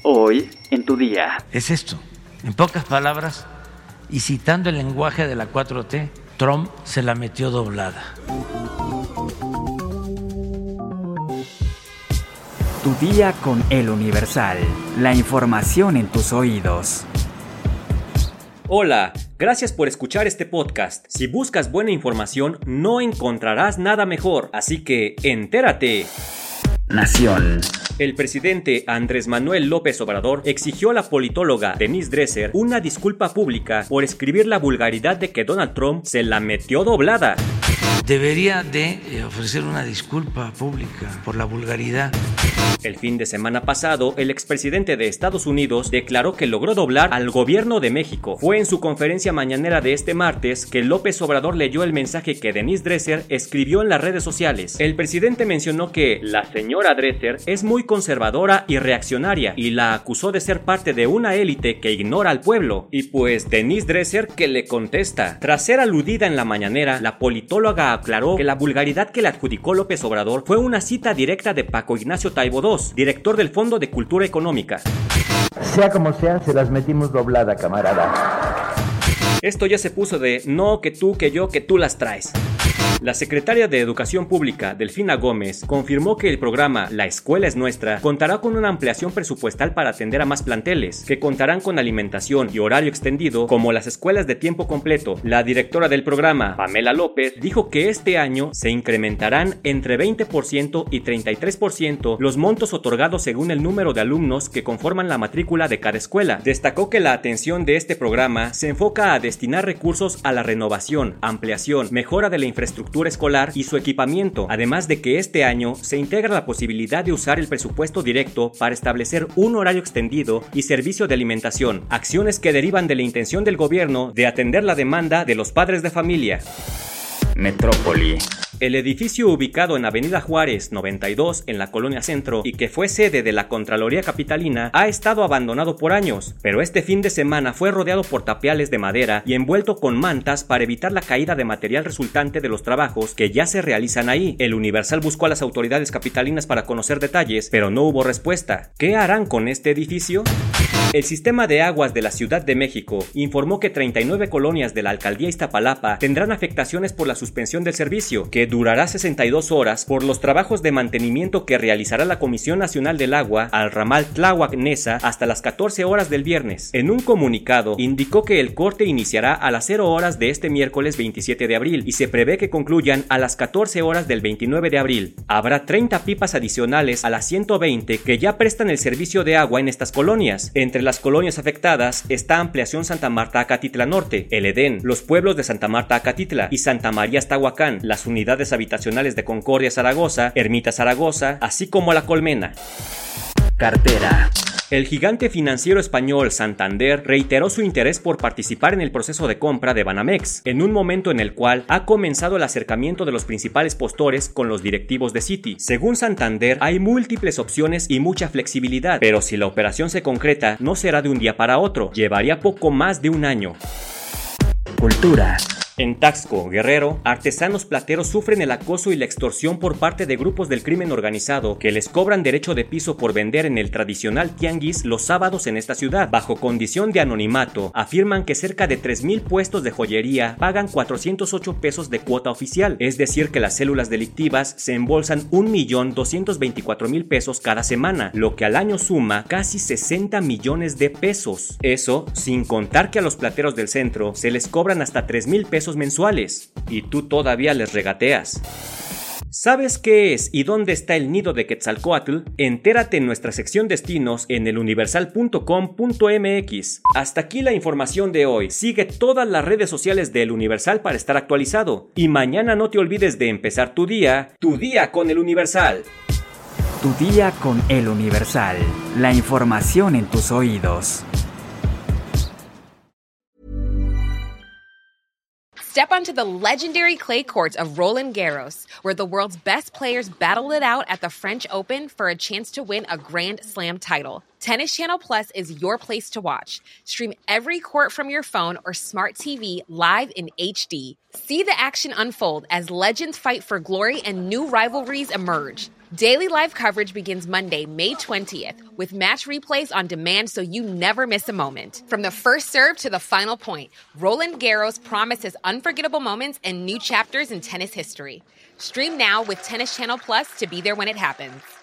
Hoy en tu día. Es esto. En pocas palabras, y citando el lenguaje de la 4T, Trump se la metió doblada. Tu día con El Universal. La información en tus oídos. Hola, gracias por escuchar este podcast. Si buscas buena información, no encontrarás nada mejor, así que entérate. Nación. El presidente Andrés Manuel López Obrador exigió a la politóloga Denise Dresser una disculpa pública por escribir la vulgaridad de que Donald Trump se la metió doblada. Debería de ofrecer una disculpa pública por la vulgaridad. El fin de semana pasado, el expresidente de Estados Unidos declaró que logró doblar al gobierno de México. Fue en su conferencia mañanera de este martes que López Obrador leyó el mensaje que Denise Dresser escribió en las redes sociales. El presidente mencionó que la señora Dresser es muy conservadora y reaccionaria y la acusó de ser parte de una élite que ignora al pueblo. Y pues Denise Dresser que le contesta. Tras ser aludida en la mañanera, la politóloga aclaró que la vulgaridad que le adjudicó López Obrador fue una cita directa de Paco Ignacio Taibo II, director del Fondo de Cultura Económica. Sea como sea, se las metimos doblada, camarada. Esto ya se puso de no, que tú, que yo, que tú las traes. La secretaria de Educación Pública, Delfina Gómez, confirmó que el programa La Escuela es Nuestra contará con una ampliación presupuestal para atender a más planteles, que contarán con alimentación y horario extendido como las escuelas de tiempo completo. La directora del programa, Pamela López, dijo que este año se incrementarán entre 20% y 33% los montos otorgados según el número de alumnos que conforman la matrícula de cada escuela. Destacó que la atención de este programa se enfoca a destinar recursos a la renovación, ampliación, mejora de la infraestructura escolar y su equipamiento, además de que este año se integra la posibilidad de usar el presupuesto directo para establecer un horario extendido y servicio de alimentación, acciones que derivan de la intención del gobierno de atender la demanda de los padres de familia. Metrópoli. El edificio ubicado en Avenida Juárez 92 en la Colonia Centro y que fue sede de la Contraloría Capitalina ha estado abandonado por años, pero este fin de semana fue rodeado por tapiales de madera y envuelto con mantas para evitar la caída de material resultante de los trabajos que ya se realizan ahí. El Universal buscó a las autoridades capitalinas para conocer detalles, pero no hubo respuesta. ¿Qué harán con este edificio? El Sistema de Aguas de la Ciudad de México informó que 39 colonias de la Alcaldía Iztapalapa tendrán afectaciones por la suspensión del servicio, que durará 62 horas por los trabajos de mantenimiento que realizará la Comisión Nacional del Agua al ramal Tláhuac-Neza hasta las 14 horas del viernes. En un comunicado, indicó que el corte iniciará a las 0 horas de este miércoles 27 de abril y se prevé que concluyan a las 14 horas del 29 de abril. Habrá 30 pipas adicionales a las 120 que ya prestan el servicio de agua en estas colonias. Entre las colonias afectadas está Ampliación Santa Marta Acatitla Norte, El Edén, los pueblos de Santa Marta Acatitla y Santa María Tahuacán, las unidades habitacionales de Concordia Zaragoza, Ermita Zaragoza, así como La Colmena. Cartera. El gigante financiero español Santander reiteró su interés por participar en el proceso de compra de Banamex, en un momento en el cual ha comenzado el acercamiento de los principales postores con los directivos de Citi. Según Santander, hay múltiples opciones y mucha flexibilidad, pero si la operación se concreta, no será de un día para otro, llevaría poco más de un año. Cultura. En Taxco, Guerrero, artesanos plateros sufren el acoso y la extorsión por parte de grupos del crimen organizado que les cobran derecho de piso por vender en el tradicional tianguis los sábados en esta ciudad. Bajo condición de anonimato, afirman que cerca de 3,000 puestos de joyería pagan 408 pesos de cuota oficial, es decir que las células delictivas se embolsan 1,224,000 pesos cada semana, lo que al año suma casi 60 millones de pesos. Eso sin contar que a los plateros del centro se les cobran hasta 3,000 pesos mensuales, y tú todavía les regateas. ¿Sabes qué es y dónde está el nido de Quetzalcóatl? Entérate en nuestra sección destinos en eluniversal.com.mx. Hasta aquí la información de hoy. Sigue todas las redes sociales de El Universal para estar actualizado. Y mañana no te olvides de empezar tu día con El Universal. Tu día con El Universal. La información en tus oídos. Step onto the legendary clay courts of Roland Garros, where the world's best players battle it out at the French Open for a chance to win a Grand Slam title. Tennis Channel Plus is your place to watch. Stream every court from your phone or smart TV live in HD. See the action unfold as legends fight for glory and new rivalries emerge. Daily live coverage begins Monday, May 20th, with match replays on demand so you never miss a moment. From the first serve to the final point, Roland Garros promises unforgettable moments and new chapters in tennis history. Stream now with Tennis Channel Plus to be there when it happens.